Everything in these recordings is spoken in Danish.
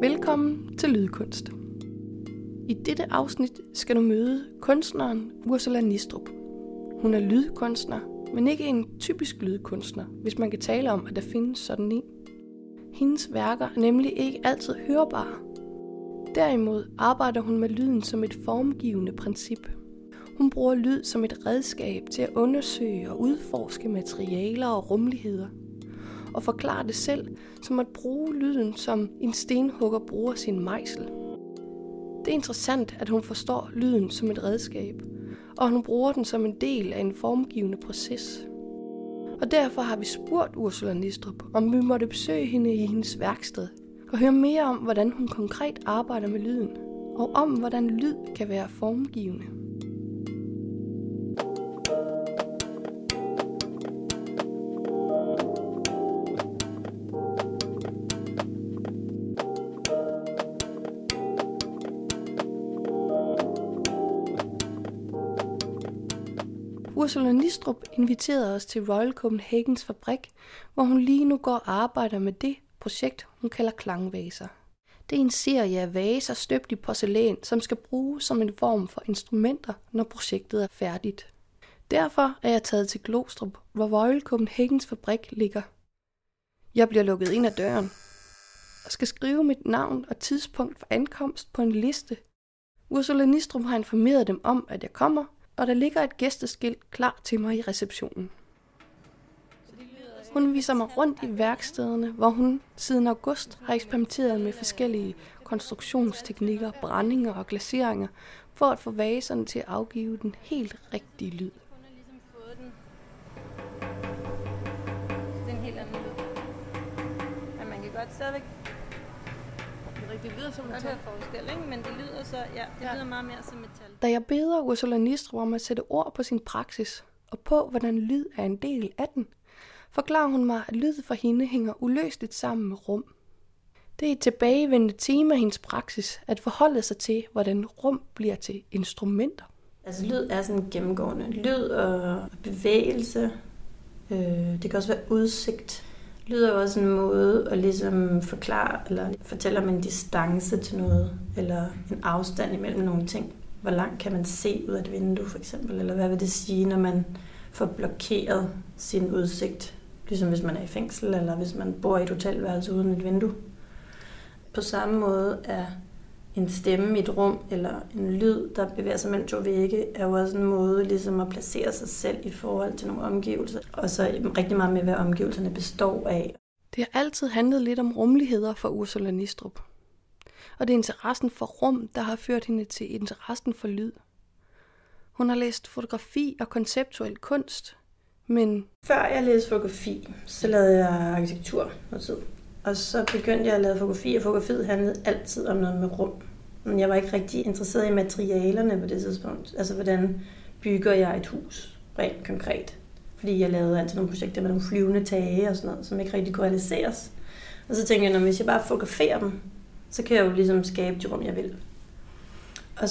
Velkommen til Lydkunst. I dette afsnit skal du møde kunstneren Ursula Nistrup. Hun er lydkunstner, men ikke en typisk lydkunstner, hvis man kan tale om, at der findes sådan en. Hendes værker er nemlig ikke altid hørbare. Derimod arbejder hun med lyden som et formgivende princip. Hun bruger lyd som et redskab til at undersøge og udforske materialer og rumligheder, og forklarer det selv som at bruge lyden, som en stenhugger bruger sin mejsel. Det er interessant, at hun forstår lyden som et redskab, og hun bruger den som en del af en formgivende proces. Og derfor har vi spurgt Ursula Nistrup, om vi måtte besøge hende i hendes værksted, og høre mere om, hvordan hun konkret arbejder med lyden, og om, hvordan lyd kan være formgivende. Ursula Nistrup inviterede os til Royal Copenhagens fabrik, hvor hun lige nu går og arbejder med det projekt, hun kalder klangvaser. Det er en serie af vaser støbt i porcelæn, som skal bruges som en form for instrumenter, når projektet er færdigt. Derfor er jeg taget til Glostrup, hvor Royal Copenhagens fabrik ligger. Jeg bliver lukket ind ad døren og skal skrive mit navn og tidspunkt for ankomst på en liste. Ursula Nistrup har informeret dem om, at jeg kommer, og der ligger et gæsteskilt klar til mig i receptionen. Hun viser mig rundt i værkstederne, hvor hun siden august har eksperimenteret med forskellige konstruktionsteknikker, brændinger og glaseringer, for at få vaserne til at afgive den helt rigtige lyd. Det er en helt anden lyd. Men man kan godt stadigvæk... Det lyder som metal. Det er forskel, ikke? Men det lyder så, lyder meget mere som metal. Da jeg beder Ursula Nistrup om at sætte ord på sin praksis, og på hvordan lyd er en del af den, forklarer hun mig, at lyd for hende hænger uløseligt sammen med rum. Det er et tilbagevendende tema i hendes praksis, at forholde sig til, hvordan rum bliver til instrumenter. Altså lyd er sådan gennemgående. Lyd og bevægelse. Det kan også være udsigt. Lyd er også en måde at ligesom forklare eller fortælle om en distance til noget, eller en afstand imellem nogle ting. Hvor langt kan man se ud af et vindue for eksempel, eller hvad vil det sige, når man får blokeret sin udsigt, ligesom hvis man er i fængsel, eller hvis man bor i et hotelværelse uden et vindue. På samme måde er en stemme i et rum, eller en lyd, der bevæger sig mellem to vægge, er jo også en måde ligesom at placere sig selv i forhold til nogle omgivelser. Og så rigtig meget med, hvad omgivelserne består af. Det har altid handlet lidt om rumligheder for Ursula Nistrup. Og det er interessen for rum, der har ført hende til interessen for lyd. Hun har læst fotografi og konceptuel kunst, men... Før jeg læste fotografi, så lavede jeg arkitektur noget tid. Og så begyndte jeg at lave fotografi, og fotografiet handlede altid om noget med rum. Men jeg var ikke rigtig interesseret i materialerne på det tidspunkt. Altså, hvordan bygger jeg et hus, rent konkret. Fordi jeg lavede altid nogle projekter med nogle flyvende tage og sådan noget, som ikke rigtig kunne realiseres. Og så tænkte jeg, hvis jeg bare fotograferer dem, så kan jeg jo ligesom skabe de rum, jeg vil. Og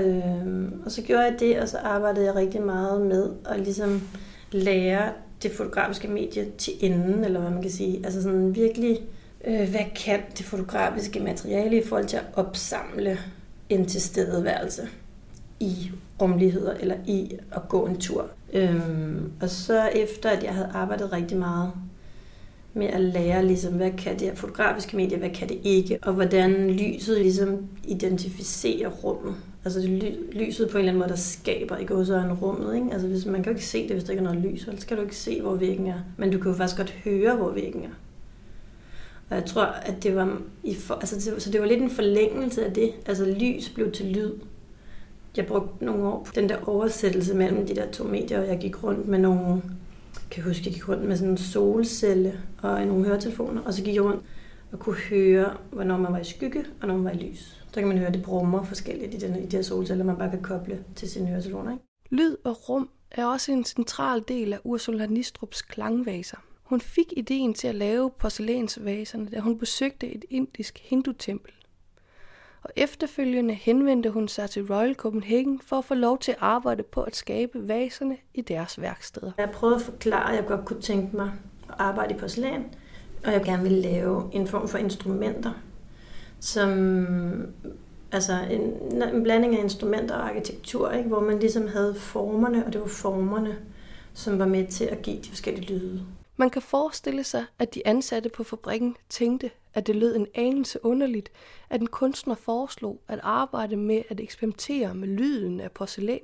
så gjorde jeg det, og så arbejdede jeg rigtig meget med at ligesom lære det fotografiske medie til enden, eller hvad man kan sige. Altså sådan virkelig, hvad kan det fotografiske materiale i forhold til at opsamle en tilstedeværelse i rumligheder, eller i at gå en tur. Og så efter, at jeg havde arbejdet rigtig meget med at lære, ligesom, hvad kan det her fotografiske medie, hvad kan det ikke, og hvordan lyset ligesom identificerer rummet. Altså lyset på en eller anden måde, der skaber i gåseøjne rummet, ikke? Altså hvis man kan jo ikke se det, hvis der ikke er noget lys, så kan du ikke se, hvor væggen er. Men du kan jo faktisk godt høre, hvor væggen er. Og jeg tror, at det var så det var lidt en forlængelse af det. Altså lys blev til lyd. Jeg brugte nogle år på den der oversættelse mellem de der to medier, og jeg gik rundt med nogle... Jeg gik rundt med sådan en solcelle og nogle høretelefoner, og så gik jeg rundt og kunne høre, hvornår man var i skygge, og når man var i lys. Så kan man høre, at det brummer forskelligt i de her solceller, man bare kan koble til sine høretelefoner. Ikke? Lyd og rum er også en central del af Ursula Nistrups klangvaser. Hun fik ideen til at lave porcelænsvaserne, da hun besøgte et indisk hindutempel. Og efterfølgende henvendte hun sig til Royal Copenhagen for at få lov til at arbejde på at skabe vaserne i deres værksteder. Jeg prøvede at forklare, at jeg godt kunne tænke mig at arbejde i porcelæn, og jeg gerne ville lave en form for instrumenter, som altså en blanding af instrumenter og arkitektur, ikke? Hvor man ligesom havde formerne, og det var formerne, som var med til at give de forskellige lyde. Man kan forestille sig, at de ansatte på fabrikken tænkte, at det lød en anelse underligt, at en kunstner foreslog at arbejde med at eksperimentere med lyden af porcelæn.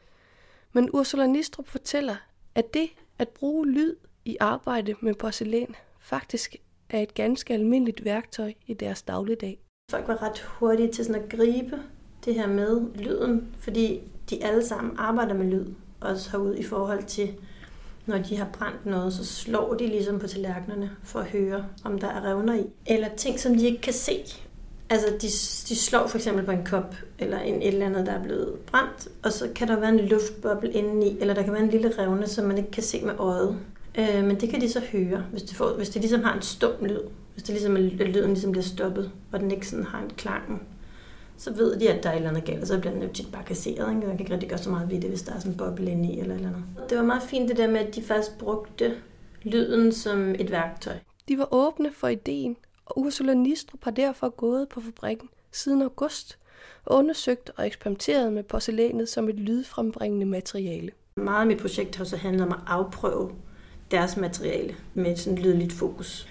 Men Ursula Nistrup fortæller, at det at bruge lyd i arbejde med porcelæn faktisk er et ganske almindeligt værktøj i deres dagligdag. Folk var ret hurtige til sådan at gribe det her med lyden, fordi de alle sammen arbejder med lyd, også herude i forhold til, når de har brændt noget, så slår de ligesom på tallerkenerne for at høre, om der er revner i. Eller ting, som de ikke kan se. Altså, de slår for eksempel på en kop, eller et eller andet, der er blevet brændt, og så kan der være en luftboble indeni, eller der kan være en lille revne, som man ikke kan se med øjet. Men det kan de så høre, hvis det ligesom har en stum lyd. Hvis det ligesom lyden ligesom bliver stoppet, og den ikke sådan har en klang, så ved de, at der er et eller andet galt, og så bliver den jo tit bare kasseret. Ikke? Man kan ikke rigtig gøre så meget ved det, hvis der er sådan en boble inde i eller et eller andet. Det var meget fint det der med, at de faktisk brugte lyden som et værktøj. De var åbne for ideen, og Ursula Nistrup har derfor gået på fabrikken siden august og undersøgt og eksperimenteret med porcelænet som et lydfrembringende materiale. Meget af mit projekt har så handlet om at afprøve deres materiale med sådan et lydligt fokus.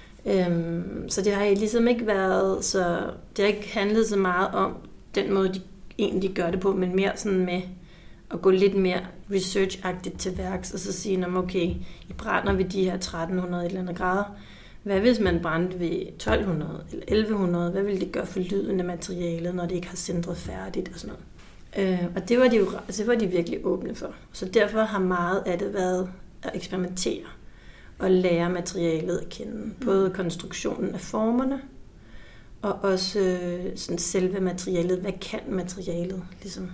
Så det har ligesom ikke været så, det har ikke handlet så meget om den måde, de egentlig gør det på, men mere sådan med at gå lidt mere research-agtigt til værks, og så sige, okay, I brænder ved de her 1300 eller andet grader. Hvad hvis man brændte ved 1200 eller 1100? Hvad ville det gøre for lyden af materialet, når det ikke har centret færdigt og sådan noget? Og det var de virkelig åbne for. Så derfor har meget af det været at eksperimentere og lære materialet at kende. Både konstruktionen af formerne, og også sådan selve materialet. Hvad kan materialet? Ligesom,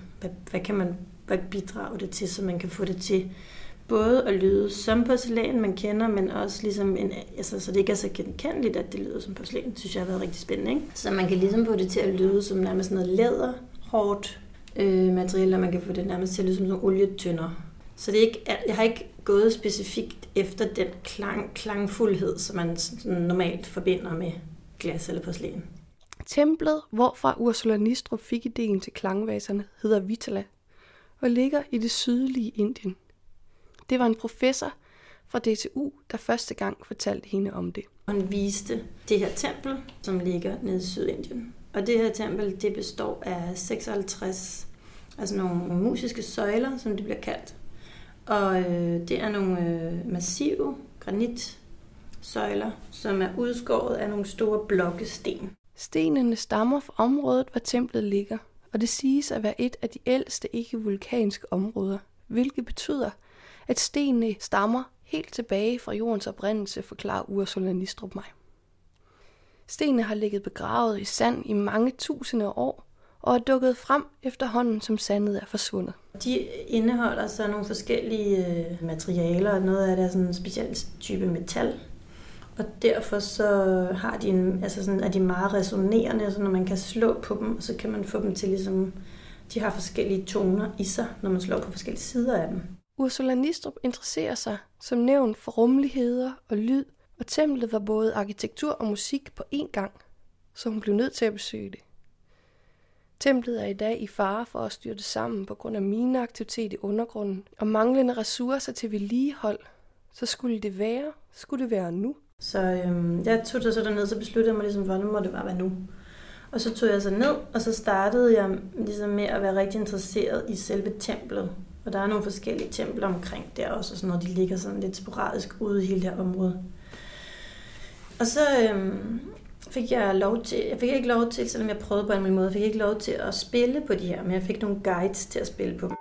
hvad bidrager det til, så man kan få det til både at lyde som porcelæn, man kender, men også ligesom så det ikke er så genkendeligt, at det lyder som porcelæn, synes jeg har været rigtig spændende. Ikke? Så man kan ligesom få det til at lyde som nærmest noget læder, hårdt materiale, og man kan få det nærmest til at lyde som nogle olietønder. Så det er ikke, jeg har ikke gået specifikt efter den klangfuldhed, som man normalt forbinder med glas eller porcelæn. Templet, hvorfra Ursula Nistrup fik ideen til klangvaserne, hedder Vitala og ligger i det sydlige Indien. Det var en professor fra DTU, der første gang fortalte hende om det. Han viste det her tempel, som ligger nede i Sydindien. Og det her tempel, det består af 56, altså nogle musiske søjler, som det bliver kaldt. Og det er nogle massive granitsøjler, som er udskåret af nogle store blokke sten. Stenene stammer fra området, hvor templet ligger, og det siges at være et af de ældste ikke-vulkanske områder, hvilket betyder, at stenene stammer helt tilbage fra jordens oprindelse, forklarer Ursula Nistrup mig. Stenene har ligget begravet i sand i mange tusinde år, og er dukket frem efterhånden, som sandet er forsvundet. De indeholder så nogle forskellige materialer, og noget af det er sådan en speciel type metal. Og derfor så har de er de meget resonerende, så når man kan slå på dem, så kan man få dem til ligesom, de har forskellige toner i sig, når man slår på forskellige sider af dem. Ursula Nistrup interesserer sig som nævnt for rummeligheder og lyd, og templet var både arkitektur og musik på én gang, så hun blev nødt til at besøge det. Templet er i dag i fare for at styrte sammen på grund af mineaktivitet i undergrunden og manglende ressourcer til vedligehold. Så skulle det være nu. Så jeg tog så derned, så besluttede jeg mig ligesom, hvordan må det bare være nu. Og så tog jeg så ned, og så startede jeg ligesom med at være rigtig interesseret i selve templet. Og der er nogle forskellige templer omkring der også, og sådan noget, de ligger sådan lidt sporadisk ude i hele det her område. Og så fik jeg ikke lov til, selvom jeg prøvede på en måde, fik jeg ikke lov til at spille på de her, men jeg fik nogle guides til at spille på.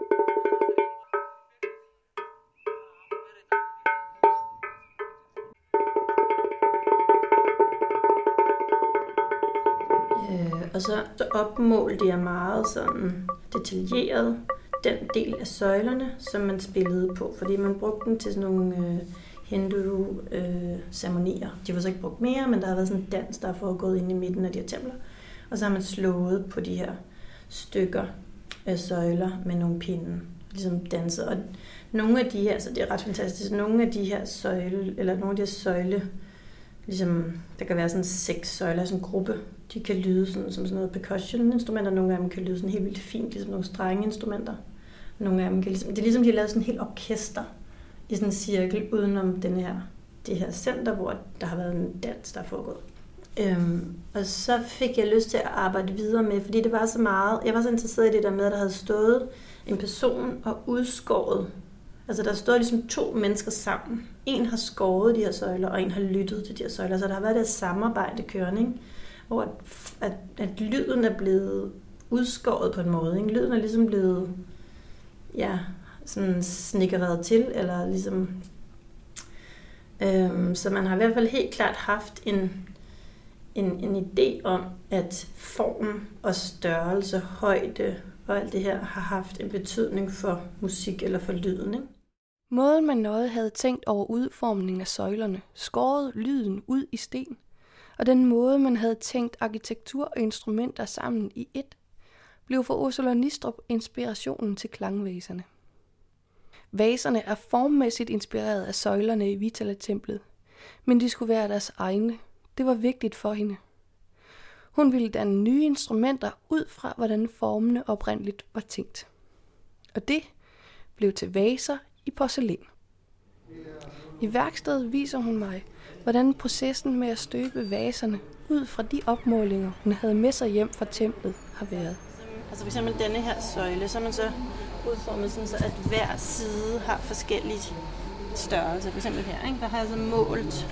Og så opmålte jeg meget sådan detaljeret den del af søjlerne, som man spillede på, fordi man brugte dem til sådan nogle hindu-ceremonier. De var så ikke brugt mere, men der har været sådan en dans, der er foregået inde i midten af de her templer. Og så har man slået på de her stykker af søjler med nogle pinde, ligesom danset. Og nogle af de her, så det er ret fantastisk, nogle af de her søjle ligesom, der kan være sådan 6 søjler, sådan en gruppe. De kan lyde sådan, som sådan noget percussion-instrumenter. Nogle af dem kan lyde sådan helt vildt fint, ligesom nogle strengeinstrumenter. Nogle af dem kan ligesom, det er ligesom, de har lavet sådan en helt orkester i sådan en cirkel udenom det her center, hvor der har været en dans, der er foregået. Og så fik jeg lyst til at arbejde videre med, fordi det var så meget, jeg var så interesseret i det der med, at der havde stået en person og udskåret. Altså der stod ligesom 2 mennesker sammen. En har skåret de her søjler, og en har lyttet til de her søjler. Så der har været det samarbejde kørende, ikke? Hvor at lyden er blevet udskåret på en måde. Ikke? Lyden er ligesom blevet sådan snikkeret til, eller ligesom... så man har i hvert fald helt klart haft en idé om, at form og størrelse, højde og alt det her har haft en betydning for musik eller for lyden. Ikke? Måden man nøje havde tænkt over udformningen af søjlerne, skåret lyden ud i sten, og den måde man havde tænkt arkitektur og instrumenter sammen i ét, blev for Ursula Nistrup inspirationen til klangvaserne. Vaserne er formmæssigt inspireret af søjlerne i Vittala-templet, men de skulle være deres egne. Det var vigtigt for hende. Hun ville danne nye instrumenter ud fra, hvordan formene oprindeligt var tænkt. Og det blev til vaser i porcelæn. I værkstedet viser hun mig, hvordan processen med at støbe vaserne ud fra de opmålinger, hun havde med sig hjem fra templet, har været. Altså for eksempel denne her søjle, så er man så udformet sådan, så at hver side har forskellige størrelser. For eksempel her, ikke? Der har jeg så målt.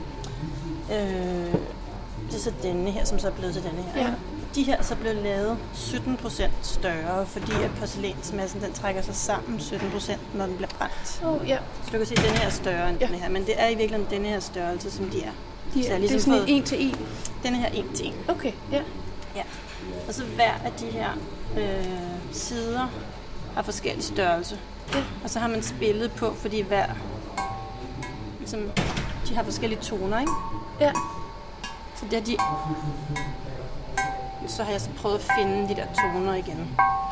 Det er så denne her, som så er blevet til denne her. Ja. De her så blev lavet 17% større, fordi at porcelænsmassen den trækker sig sammen 17%, når den bliver brændt. Ja. Så du kan se, at denne her er større end denne her, men det er i virkeligheden denne her størrelse, som de er. Så det er sådan en 1-til-1? Denne her 1-til-1. Okay, ja. Ja. Og så hver af de her sider har forskellige størrelse. Ja. Og så har man spillet på, fordi hver ligesom, de har forskellige toner, ikke? Ja. Så det er så har jeg så prøvet at finde de der toner igen.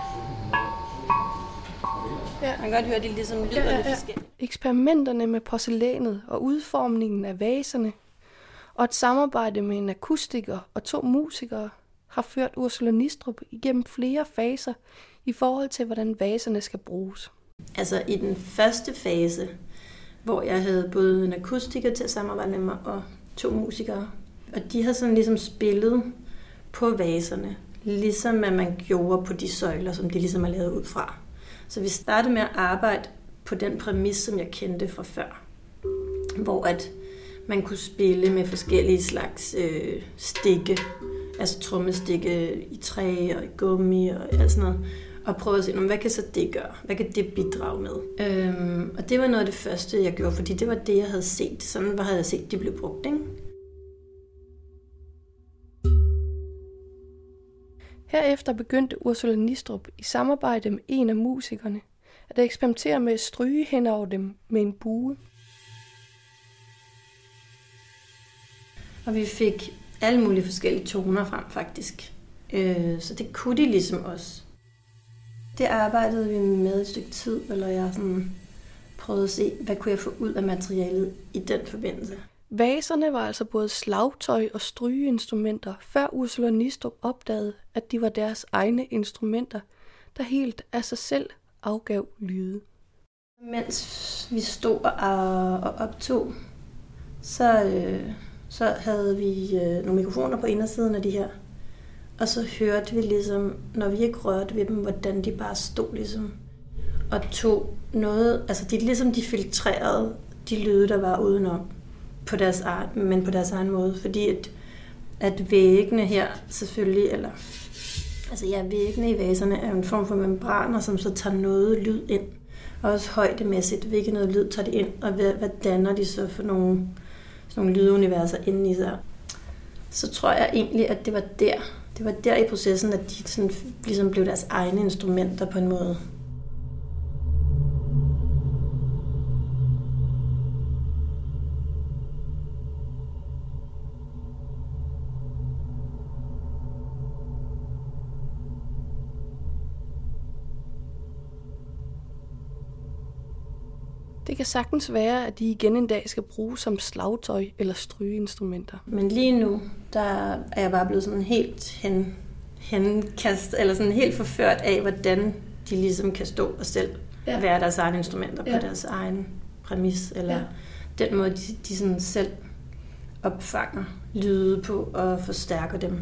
Ja. Man kan godt høre, at de ligesom lyder lidt forskelligt. Eksperimenterne med porcelænet og udformningen af vaserne og et samarbejde med en akustiker og 2 musikere har ført Ursula Nistrup igennem flere faser i forhold til, hvordan vaserne skal bruges. Altså i den første fase, hvor jeg havde både en akustiker til at samarbejde med mig og 2 musikere, og de har sådan ligesom spillet på vaserne, ligesom at man gjorde på de søjler, som de ligesom er lavet ud fra. Så vi startede med at arbejde på den præmis, som jeg kendte fra før, hvor at man kunne spille med forskellige slags stikke, altså trommestikke i træ og i gummi og alt sådan noget, og prøve at se, hvad kan så det gøre? Hvad kan det bidrage med? Og det var noget af det første, jeg gjorde, fordi det var det, jeg havde set. Sådan havde jeg set, de blev brugt, ikke? Herefter begyndte Ursula Nistrup i samarbejde med en af musikerne at eksperimentere med at stryge hen over dem med en bue. Og vi fik alle mulige forskellige toner frem, faktisk. Så det kunne de ligesom også. Det arbejdede vi med et stykke tid, eller jeg sådan prøvede at se, hvad kunne jeg få ud af materialet i den forbindelse. Vaserne var altså både slagtøj og strygeinstrumenter, før Ursula Nistrup opdagede, at de var deres egne instrumenter, der helt af sig selv afgav lyde. Mens vi stod og optog, så havde vi nogle mikrofoner på indersiden af de her. Og så hørte vi ligesom, når vi ikke rørte ved dem, hvordan de bare stod ligesom og tog noget. Altså de filtrerede de lyde, der var udenom, men på deres egen måde. Fordi at væggene her selvfølgelig, væggene i vaserne er en form for membraner, som så tager noget lyd ind. Og også højdemæssigt, hvilket noget lyd tager de ind, og hvad danner de så for nogle lyduniverser inde i sig. Så tror jeg egentlig, at det var der i processen, at de sådan, ligesom blev deres egne instrumenter på en måde. Det kan sagtens være, at de igen en dag skal bruges som slagtøj eller strygeinstrumenter. Men lige nu, der er jeg bare blevet sådan helt henkastet, eller sådan helt forført af, hvordan de ligesom kan stå og selv være deres egne instrumenter på deres egen præmis, eller den måde, de sådan selv opfanger lyde på og forstærker dem.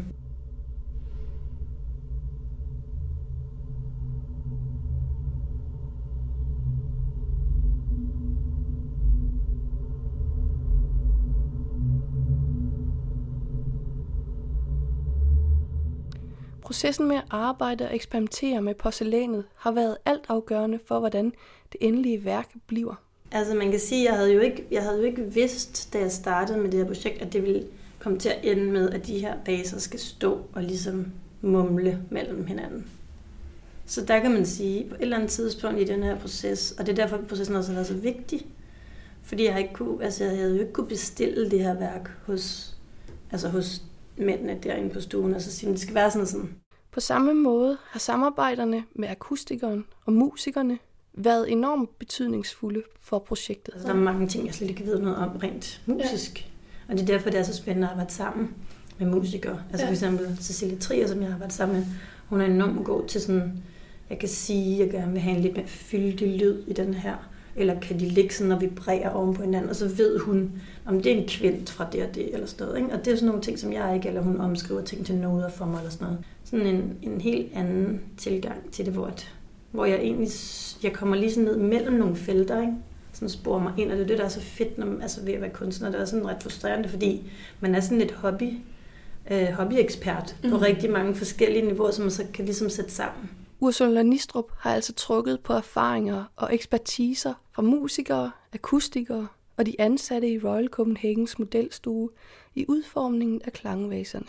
Processen med at arbejde og eksperimentere med porcelænet har været altafgørende for, hvordan det endelige værk bliver. Altså man kan sige, at jeg havde jo ikke vidst, da jeg startede med det her projekt, at det ville komme til at ende med, at de her baser skal stå og ligesom mumle mellem hinanden. Så der kan man sige, på et eller andet tidspunkt i den her proces, og det er derfor, at processen også har været så vigtig, fordi jeg havde jo ikke kunne bestille det her værk hos mændene derinde på stuen, og så sige, det skal være sådan. På samme måde har samarbejderne med akustikeren og musikerne været enormt betydningsfulde for projektet. Altså, der er mange ting, jeg slet ikke ved noget om rent musisk. Ja. Og det er derfor, det er så spændende at arbejde sammen med musikere. Altså for eksempel Cecilie Trier, som jeg har arbejdet sammen med, hun er enormt god til sådan, jeg kan sige, at jeg gerne vil have en lidt mere fyldig lyd i den her. Eller kan de ligge sådan og vibrere oven på hinanden, og så ved hun, om det er en kvint fra det og det, eller sådan noget. Ikke? Og det er sådan nogle ting, som jeg ikke, eller hun omskriver ting til noder for mig, eller sådan noget. Sådan en helt anden tilgang til det, hvor jeg kommer lige sådan ned mellem nogle felter, ikke? Sådan sporer mig ind, og det er det, der er så fedt, når man, ved at være kunstner. Det er sådan ret frustrerende, fordi man er sådan lidt hobbyekspert på rigtig mange forskellige niveauer, som man så kan ligesom sætte sammen. Ursula Nistrup har altså trukket på erfaringer og ekspertiser fra musikere, akustikere og de ansatte i Royal Copenhagens modelstue i udformningen af klangvaserne.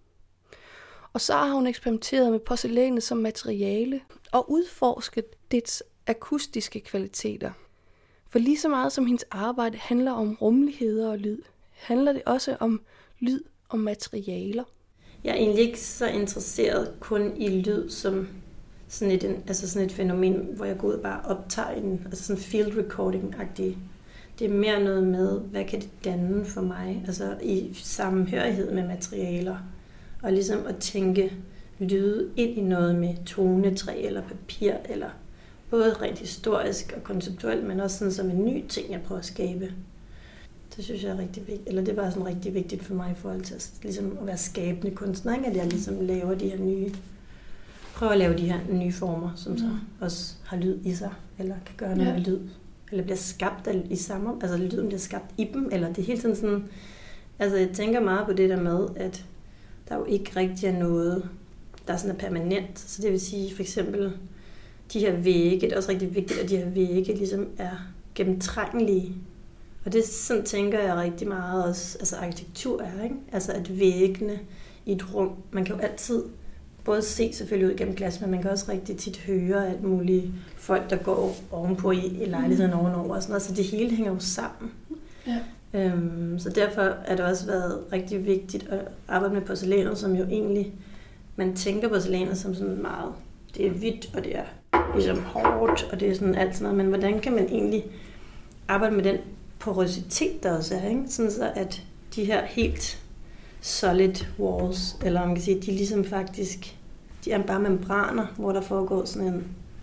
Og så har hun eksperimenteret med porcelænet som materiale og udforsket dets akustiske kvaliteter. For lige så meget som hendes arbejde handler om rummeligheder og lyd, handler det også om lyd og materialer. Jeg er egentlig ikke så interesseret kun i lyd som sådan et fænomen, hvor jeg går ud og bare optager sådan field recording-agtig. Det er mere noget med, hvad kan det danne for mig, altså i sammenhørighed med materialer, og ligesom at tænke lyde ind i noget med tonetræ eller papir, eller både rent historisk og konceptuelt, men også sådan som en ny ting, jeg prøver at skabe. Det synes jeg er rigtig vigtigt, eller det er bare sådan rigtig vigtigt for mig i forhold til ligesom at være skabende kunstner, ikke? At jeg ligesom laver de her prøver at lave de her nye former, som så også har lyd i sig, eller kan gøre noget lyd, eller bliver skabt i sammen, altså lyden bliver skabt i dem, eller det er hele tiden sådan, altså jeg tænker meget på det der med, at der jo ikke rigtig er noget, der sådan er permanent, så det vil sige for eksempel, de her vægge, det er også rigtig vigtigt, at de her vægge ligesom er gennemtrængelige, og det sådan tænker jeg rigtig meget også, altså arkitektur er, ikke? Altså at væggene i et rum, man kan jo altid både se selvfølgelig ud gennem glas, men man kan også rigtig tit høre alt muligt folk, der går ovenpå i lejligheden ovenover og sådan noget, så det hele hænger jo sammen. Ja. Så derfor er det også været rigtig vigtigt at arbejde med porcelænet, som jo egentlig, man tænker porcelænet som sådan meget, det er hvidt, og det er ligesom hårdt, og det er sådan alt sådan noget, men hvordan kan man egentlig arbejde med den porositet, der også er, ikke? Sådan så at de her helt solid walls, eller man kan sige, de ligesom faktisk, de er bare membraner, hvor der foregår sådan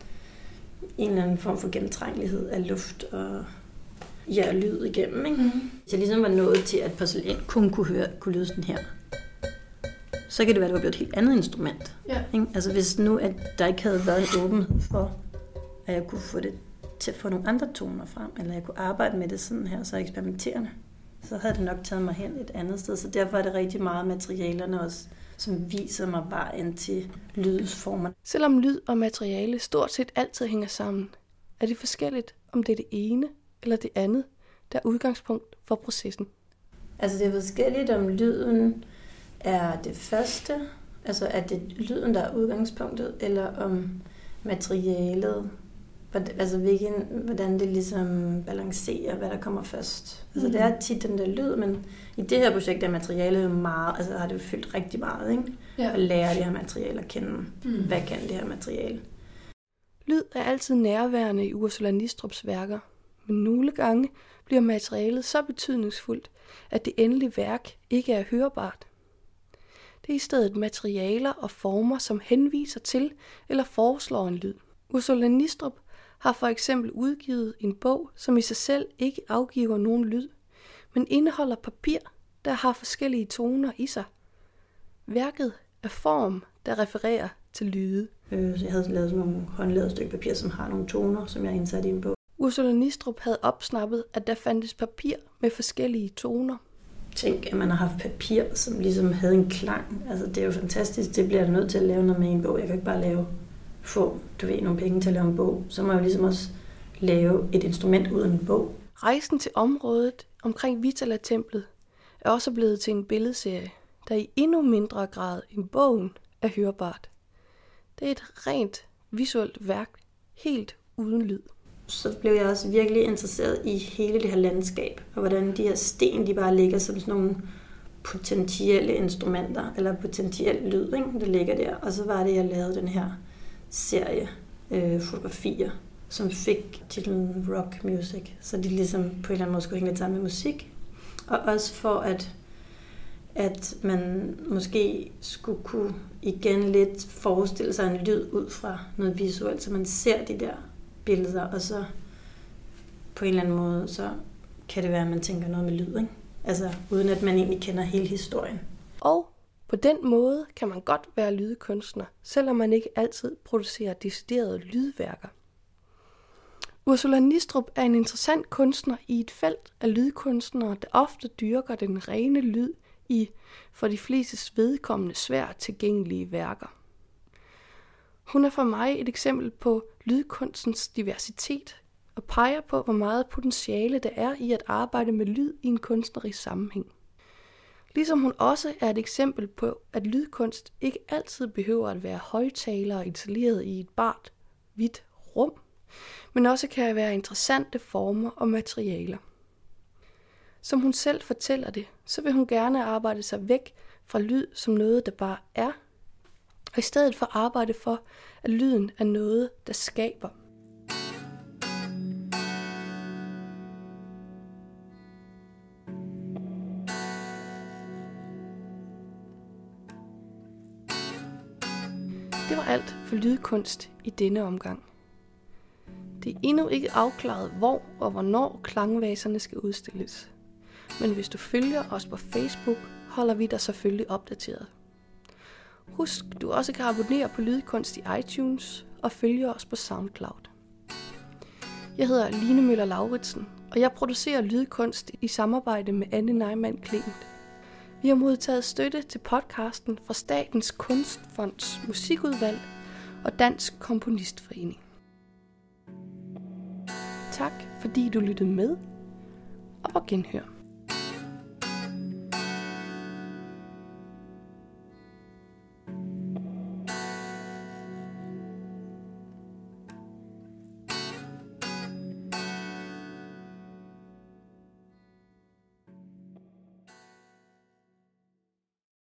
en eller anden form for gennemtrængelighed af luft og lyd igennem, ikke? Så jeg ligesom var nået til, at porcelæn kun kunne lyde sådan her. Så kan det være, at det var blevet et helt andet instrument. Ja. Ikke? Altså hvis nu, at der ikke havde været en åbenhed for, at jeg kunne få det til at få nogle andre toner frem, eller jeg kunne arbejde med det sådan her, så eksperimenterende, så havde det nok taget mig hen et andet sted. Så derfor er det rigtig meget materialerne også, som viser mig vejen til lydsformer. Selvom lyd og materiale stort set altid hænger sammen, er det forskelligt, om det er det ene eller det andet, der er udgangspunkt for processen. Altså det er forskelligt, om lyden er det første, altså er det lyden, der er udgangspunktet, eller om materialet, altså hvordan det ligesom balancerer, hvad der kommer først. Altså det er tit den der lyd, men i det her projekt er materialet jo meget, altså har det jo fyldt rigtig meget, ikke? Ja. At lære det her materiale at kende. Hvad kan det her materiale? Lyd er altid nærværende i Ursula Nistrups værker, men nogle gange bliver materialet så betydningsfuldt, at det endelige værk ikke er hørbart. Det er i stedet materialer og former, som henviser til eller foreslår en lyd. Ursula Nistrup har for eksempel udgivet en bog, som i sig selv ikke afgiver nogen lyd, men indeholder papir, der har forskellige toner i sig. Værket er form, der refererer til lyde. Så jeg havde lavet sådan nogle håndlavede stykker papir, som har nogle toner, som jeg indsatte i en bog. Ursula Nistrup havde opsnappet, at der fandtes papir med forskellige toner. Tænk, at man har haft papir, som ligesom havde en klang. Altså, det er jo fantastisk. Det bliver jeg nødt til at lave noget med i en bog. Jeg kan ikke bare få nogle penge til at lave en bog. Så må jeg ligesom også lave et instrument ud af en bog. Rejsen til området omkring Vittala-templet er også blevet til en billedserie, der i endnu mindre grad end bogen er hørbart. Det er et rent visuelt værk, helt uden lyd. Så blev jeg også virkelig interesseret i hele det her landskab, og hvordan de her sten, de bare ligger som sådan nogle potentielle instrumenter, eller potentiel lyd, ikke? Der ligger der. Og så var det, jeg lavede den her serie fotografier, som fik titlen Rock Music, så de ligesom på en eller anden måde skulle hænge lidt sammen med musik. Og også for, at man måske skulle kunne igen lidt forestille sig en lyd ud fra noget visuelt, så man ser de der billeder, og så på en eller anden måde, så kan det være, at man tænker noget med lyd, ikke? Altså uden at man egentlig kender hele historien. Og på den måde kan man godt være lydkunstner, selvom man ikke altid producerer deciderede lydværker. Ursula Nistrup er en interessant kunstner i et felt af lydkunstnere, der ofte dyrker den rene lyd i for de flestes vedkommende svært tilgængelige værker. Hun er for mig et eksempel på lydkunstens diversitet og peger på, hvor meget potentiale der er i at arbejde med lyd i en kunstnerisk sammenhæng. Ligesom hun også er et eksempel på, at lydkunst ikke altid behøver at være højtalere installeret i et bart, hvidt rum, men også kan være interessante former og materialer. Som hun selv fortæller det, så vil hun gerne arbejde sig væk fra lyd som noget, der bare er, og i stedet for arbejde for, at lyden er noget, der skaber. Det var alt for lydkunst i denne omgang. Det er endnu ikke afklaret, hvor og hvornår klangvaserne skal udstilles. Men hvis du følger os på Facebook, holder vi dig selvfølgelig opdateret. Husk, du også kan abonnere på Lydkunst i iTunes og følge os på SoundCloud. Jeg hedder Line Møller Lauritsen, og jeg producerer lydkunst i samarbejde med Anne Neumann Clement. Vi har modtaget støtte til podcasten fra Statens Kunstfonds Musikudvalg og Dansk Komponistforening. Tak fordi du lyttede med, og på genhør.